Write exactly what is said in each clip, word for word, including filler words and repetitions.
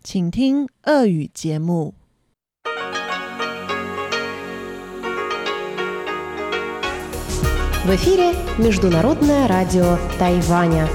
请听俄语节目。 В эфире Международное радио Тайваня.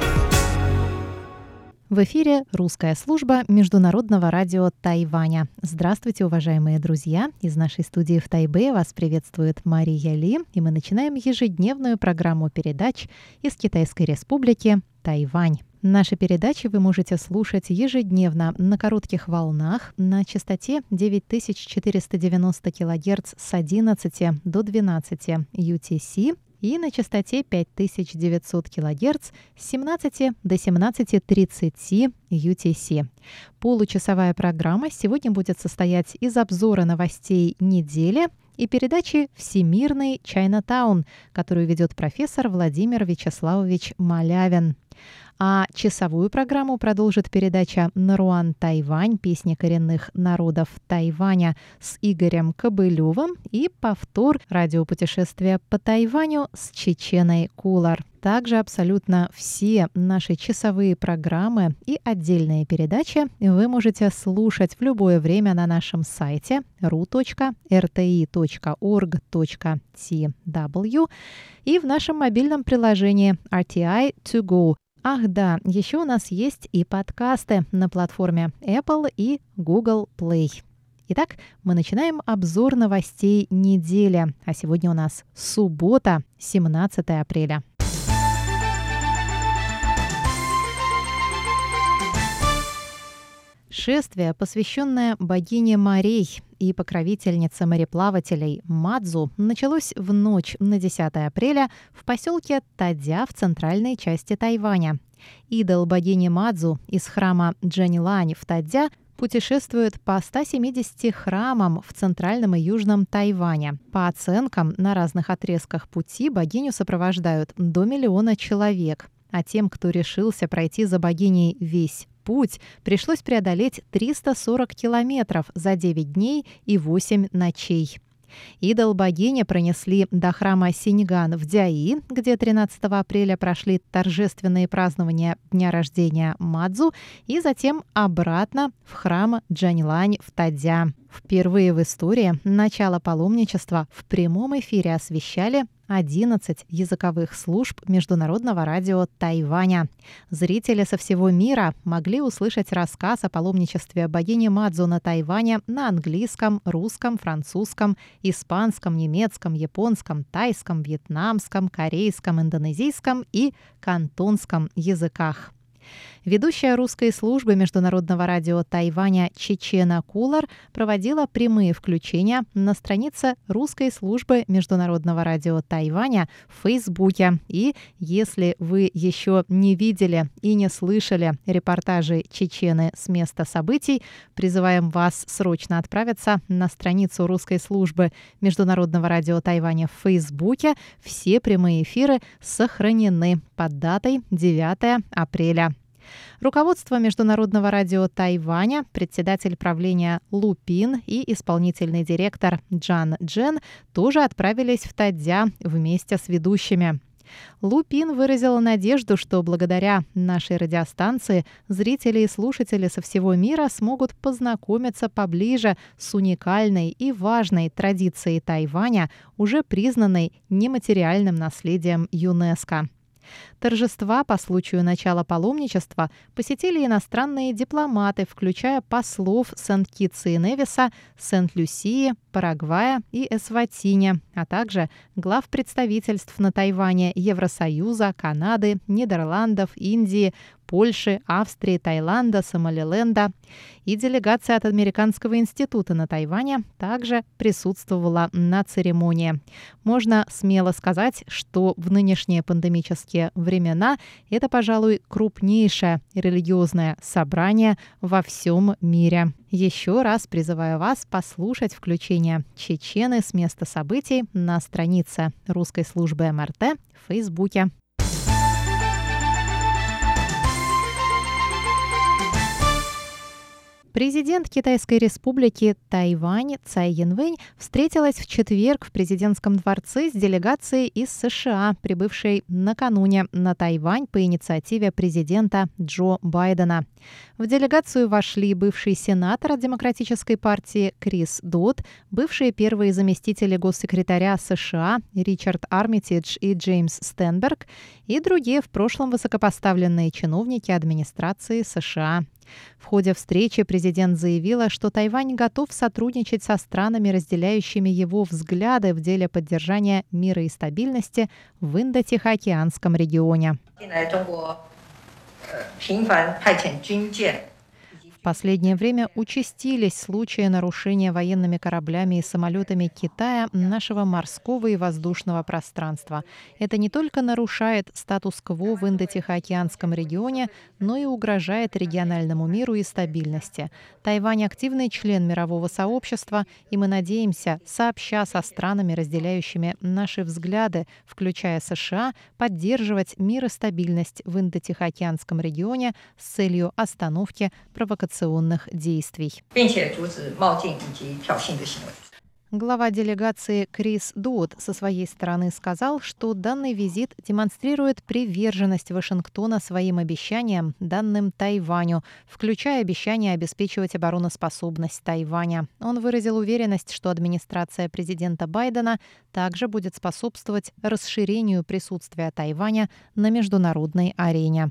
В эфире русская служба Международного радио Тайваня. Здравствуйте, уважаемые друзья! Из нашей студии в Тайбэе вас приветствует Мария Ли, и мы начинаем ежедневную программу передач из Китайской Республики Тайвань. Наши передачи вы можете слушать ежедневно на коротких волнах на частоте девять тысяч четыреста девяносто килогерц с одиннадцати до двенадцати ю ти си и на частоте пять тысяч девятьсот килогерц с семнадцати до семнадцати тридцати ю ти си. Получасовая программа сегодня будет состоять из обзора новостей недели и передачи «Всемирный Чайнатаун», которую ведет профессор Владимир Вячеславович Малявин. А часовую программу продолжит передача «Наруан Тайвань. Песни коренных народов Тайваня» с Игорем Кобылевым и повтор радиопутешествия по Тайваню с Чеченой Кулар. Также абсолютно все наши часовые программы и отдельные передачи вы можете слушать в любое время на нашем сайте ру точка эр тэ и точка орг точка ти дабл ю и в нашем мобильном приложении ар ти ай ту го. Ах да, еще у нас есть и подкасты на платформе Apple и Google Play. Итак, мы начинаем обзор новостей недели. А сегодня у нас суббота, семнадцатое апреля. Шествие, посвященное богине морей и покровительнице мореплавателей Мадзу, началось в ночь на десятое апреля в поселке Тадзя в центральной части Тайваня. Идол богини Мадзу из храма Джанилань в Тадзя путешествует по ста семидесяти храмам в центральном и южном Тайване. По оценкам, на разных отрезках пути богиню сопровождают до миллиона человек, а тем, кто решился пройти за богиней весь путь, пришлось преодолеть триста сорок километров за девять дней и восемь ночей. Идол богини пронесли до храма Синьган в Дяи, где тринадцатого апреля прошли торжественные празднования дня рождения Мадзу, и затем обратно в храм Джанилань в Тадзя. Впервые в истории начало паломничества в прямом эфире освещали одиннадцать языковых служб Международного радио Тайваня. Зрители со всего мира могли услышать рассказ о паломничестве богини Мадзу на Тайване на английском, русском, французском, испанском, немецком, японском, тайском, вьетнамском, корейском, индонезийском и кантонском языках. Ведущая русской службы Международного радио Тайваня Чечена Кулар проводила прямые включения на странице русской службы Международного радио Тайваня в Фейсбуке. И если вы еще не видели и не слышали репортажи Чечены с места событий, призываем вас срочно отправиться на страницу русской службы Международного радио Тайваня в Фейсбуке. Все прямые эфиры сохранены под датой девятое апреля. Руководство Международного радио Тайваня, председатель правления Лу Пин и исполнительный директор Джан Джен тоже отправились в Тадзя вместе с ведущими. Лу Пин выразила надежду, что благодаря нашей радиостанции зрители и слушатели со всего мира смогут познакомиться поближе с уникальной и важной традицией Тайваня, уже признанной нематериальным наследием ЮНЕСКО. Торжества по случаю начала паломничества посетили иностранные дипломаты, включая послов Сент-Китса и Невиса, Сент-Люсии, Парагвая и Эсватини, а также глав представительств на Тайване Евросоюза, Канады, Нидерландов, Индии, Польши, Австрии, Таиланда, Сомалиленда. И делегация от Американского института на Тайване также присутствовала на церемонии. Можно смело сказать, что в нынешние пандемические времена это, пожалуй, крупнейшее религиозное собрание во всем мире. Еще раз призываю вас послушать включение Чечены с места событий на странице русской службы эм эр тэ в Фейсбуке. Президент Китайской республики Тайвань Цай Янвэнь встретилась в четверг в президентском дворце с делегацией из США, прибывшей накануне на Тайвань по инициативе президента Джо Байдена. В делегацию вошли бывший сенатор от Демократической партии Крис Дот, бывшие первые заместители госсекретаря США Ричард Армитидж и Джеймс Стенберг и другие в прошлом высокопоставленные чиновники администрации США. В ходе встречи президент заявила, что Тайвань готов сотрудничать со странами, разделяющими его взгляды в деле поддержания мира и стабильности в Индо-Тихоокеанском регионе. В последнее время участились случаи нарушения военными кораблями и самолетами Китая нашего морского и воздушного пространства. Это не только нарушает статус-кво в Индо-Тихоокеанском регионе, но и угрожает региональному миру и стабильности. Тайвань – активный член мирового сообщества, и мы надеемся, сообща со странами, разделяющими наши взгляды, включая США, поддерживать мир и стабильность в Индо-Тихоокеанском регионе с целью остановки провокационных действий. Глава делегации Крис Дот со своей стороны сказал, что данный визит демонстрирует приверженность Вашингтона своим обещаниям, данным Тайваню, включая обещание обеспечивать обороноспособность Тайваня. Он выразил уверенность, что администрация президента Байдена также будет способствовать расширению присутствия Тайваня на международной арене.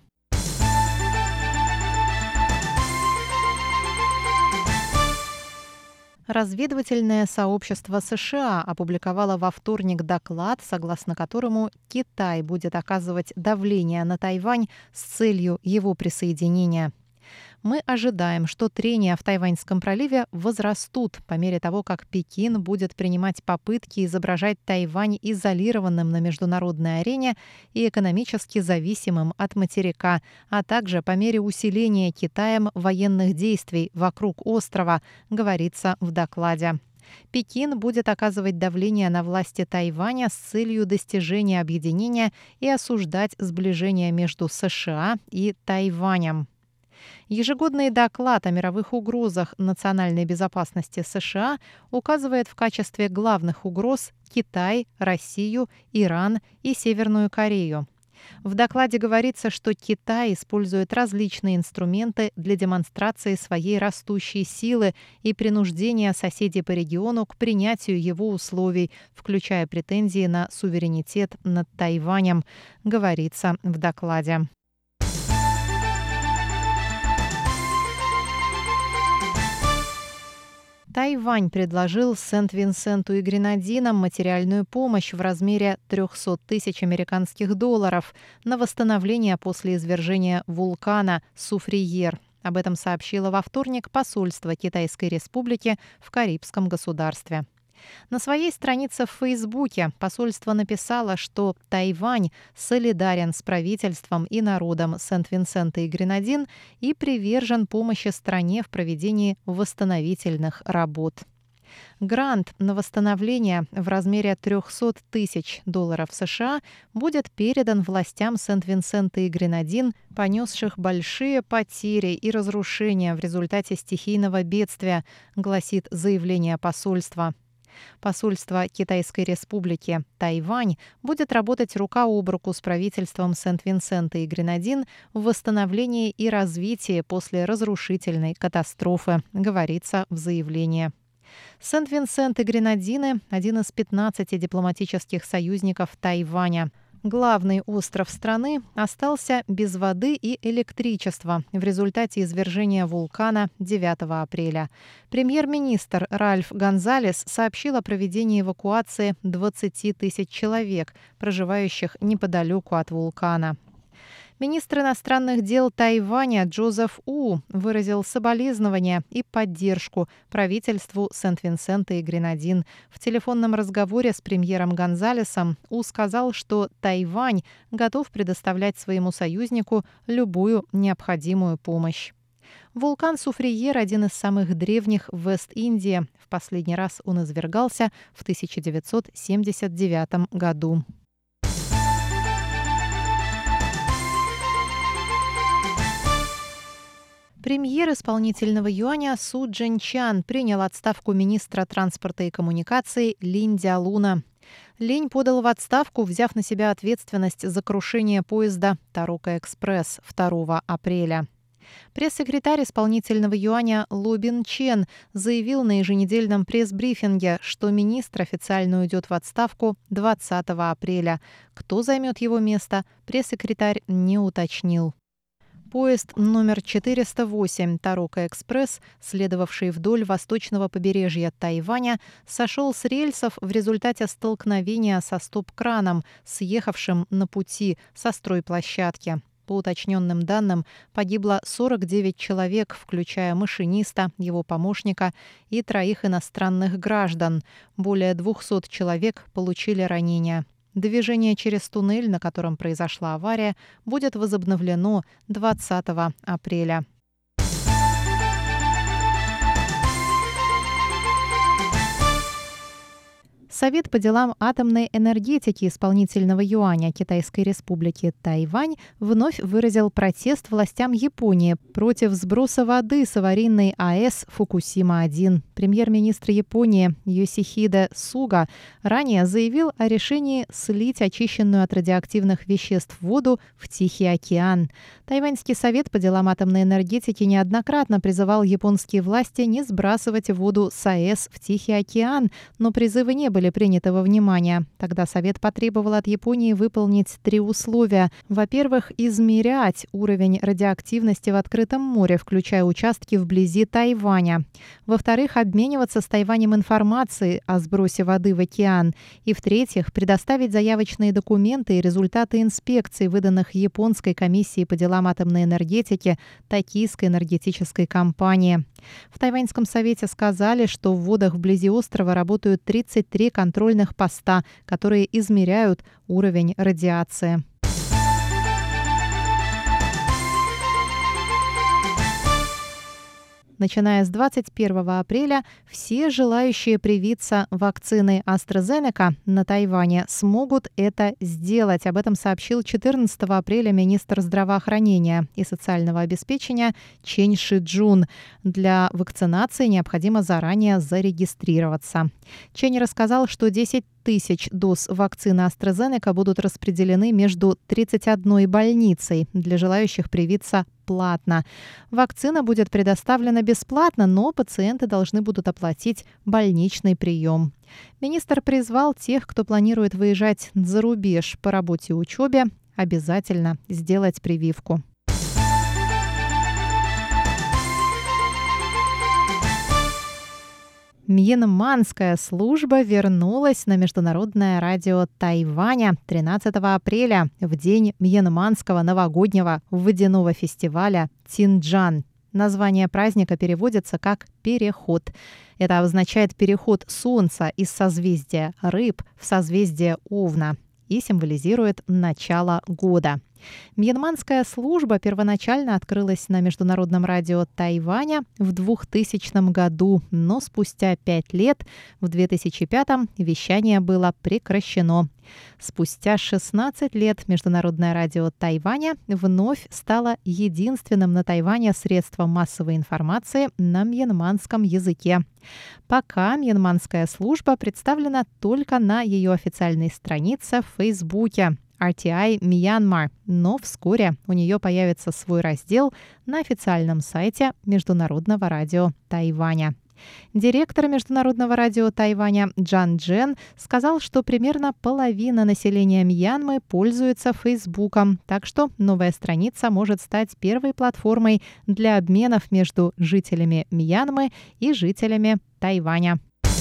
Разведывательное сообщество США опубликовало во вторник доклад, согласно которому Китай будет оказывать давление на Тайвань с целью его присоединения. Мы ожидаем, что трения в Тайваньском проливе возрастут по мере того, как Пекин будет принимать попытки изображать Тайвань изолированным на международной арене и экономически зависимым от материка, а также по мере усиления Китаем военных действий вокруг острова, говорится в докладе. Пекин будет оказывать давление на власти Тайваня с целью достижения объединения и осуждать сближение между США и Тайванем. Ежегодный доклад о мировых угрозах национальной безопасности США указывает в качестве главных угроз Китай, Россию, Иран и Северную Корею. В докладе говорится, что Китай использует различные инструменты для демонстрации своей растущей силы и принуждения соседей по региону к принятию его условий, включая претензии на суверенитет над Тайванем, говорится в докладе. Тайвань предложил Сент-Винсенту и Гренадинам материальную помощь в размере триста тысяч американских долларов на восстановление после извержения вулкана Суфриер. Об этом сообщило во вторник посольство Китайской Республики в Карибском государстве. На своей странице в Фейсбуке посольство написало, что Тайвань солидарен с правительством и народом Сент-Винсента и Гренадин и привержен помощи стране в проведении восстановительных работ. Грант на восстановление в размере триста тысяч долларов США будет передан властям Сент-Винсента и Гренадин, понесших большие потери и разрушения в результате стихийного бедствия, гласит заявление посольства. Посольство Китайской Республики Тайвань будет работать рука об руку с правительством Сент-Винсента и Гренадин в восстановлении и развитии после разрушительной катастрофы, говорится в заявлении. Сент-Винсент и Гренадины – один из пятнадцати дипломатических союзников Тайваня. Главный остров страны остался без воды и электричества в результате извержения вулкана девятого апреля. Премьер-министр Ральф Гонзалес сообщил о проведении эвакуации двадцати тысяч человек, проживающих неподалеку от вулкана. Министр иностранных дел Тайваня Джозеф У выразил соболезнования и поддержку правительству Сент-Винсента и Гренадин. В телефонном разговоре с премьером Гонзалесом У сказал, что Тайвань готов предоставлять своему союзнику любую необходимую помощь. Вулкан Суфриер – один из самых древних в Вест-Индии. В последний раз он извергался в тысяча девятьсот семьдесят девятом году. Премьер исполнительного юаня Су Чжэньчан принял отставку министра транспорта и коммуникаций Линь Цзялуна. Линь подал в отставку, взяв на себя ответственность за крушение поезда Тарука-экспресс второго апреля. Пресс-секретарь исполнительного юаня Лу Бин-чен заявил на еженедельном пресс-брифинге, что министр официально уйдет в отставку двадцатого апреля. Кто займет его место, пресс-секретарь не уточнил. Поезд номер четыреста восемь Тарука-экспресс, следовавший вдоль восточного побережья Тайваня, сошел с рельсов в результате столкновения со стоп-краном, съехавшим на пути со стройплощадки. По уточненным данным, погибло сорок девять человек, включая машиниста, его помощника и троих иностранных граждан. Более двухсот человек получили ранения. Движение через туннель, на котором произошла авария, будет возобновлено двадцатого апреля. Совет по делам атомной энергетики исполнительного юаня Китайской республики Тайвань вновь выразил протест властям Японии против сброса воды с аварийной АЭС Фукусима-один. Премьер-министр Японии Йосихиде Суга ранее заявил о решении слить очищенную от радиоактивных веществ воду в Тихий океан. Тайваньский совет по делам атомной энергетики неоднократно призывал японские власти не сбрасывать воду с АЭС в Тихий океан, но призывы не были приняты во внимание. Тогда Совет потребовал от Японии выполнить три условия. Во-первых, измерять уровень радиоактивности в открытом море, включая участки вблизи Тайваня. Во-вторых, обмениваться с Тайванем информацией о сбросе воды в океан. И в-третьих, предоставить заявочные документы и результаты инспекций, выданных Японской комиссией по делам атомной энергетики Токийской энергетической компании. В Тайваньском совете сказали, что в водах вблизи острова работают тридцать три контрольных поста, которые измеряют уровень радиации. Начиная с двадцать первого апреля все желающие привиться вакциной AstraZeneca на Тайване смогут это сделать. Об этом сообщил четырнадцатого апреля министр здравоохранения и социального обеспечения Чен Ши-джун. Для вакцинации необходимо заранее зарегистрироваться. Чен рассказал, что десять тысяч доз вакцины AstraZeneca будут распределены между тридцать одной больницей для желающих привиться платно. Вакцина будет предоставлена бесплатно, но пациенты должны будут оплатить больничный прием. Министр призвал тех, кто планирует выезжать за рубеж по работе и учебе, обязательно сделать прививку. Мьянманская служба вернулась на Международное радио Тайваня тринадцатого апреля, в день Мьянманского новогоднего водяного фестиваля Тинджан. Название праздника переводится как «переход». Это означает переход Солнца из созвездия Рыб в созвездие Овна и символизирует начало года. Мьянманская служба первоначально открылась на Международном радио Тайваня в двухтысячном году, но спустя пять лет, в две тысячи пятом, вещание было прекращено. Спустя шестнадцать лет Международное радио Тайваня вновь стало единственным на Тайване средством массовой информации на мьянманском языке. Пока мьянманская служба представлена только на ее официальной странице в Фейсбуке ар ти ай Myanmar, но вскоре у нее появится свой раздел на официальном сайте Международного радио Тайваня. Директор Международного радио Тайваня Джан Джен сказал, что примерно половина населения Мьянмы пользуется Фейсбуком, так что новая страница может стать первой платформой для обменов между жителями Мьянмы и жителями Тайваня.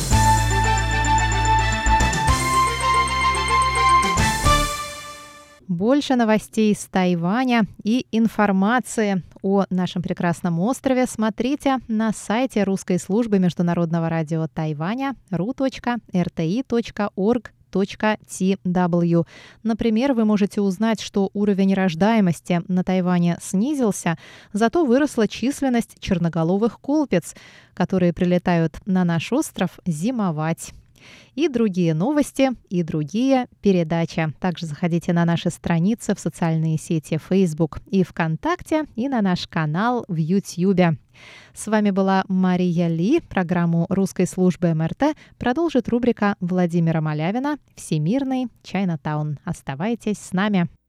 Больше новостей с Тайваня и информации о нашем прекрасном острове смотрите на сайте русской службы Международного радио Тайваня ру точка эр тэ и точка орг точка ти дабл ю. Например, вы можете узнать, что уровень рождаемости на Тайване снизился, зато выросла численность черноголовых колпиц, которые прилетают на наш остров зимовать. и другие новости, и другие передачи. Также заходите на наши страницы в социальные сети Facebook и ВКонтакте, и на наш канал в YouTube. С вами была Мария Ли. Программу русской службы эм эр тэ продолжит рубрика Владимира Малявина «Всемирный Чайнатаун». Оставайтесь с нами.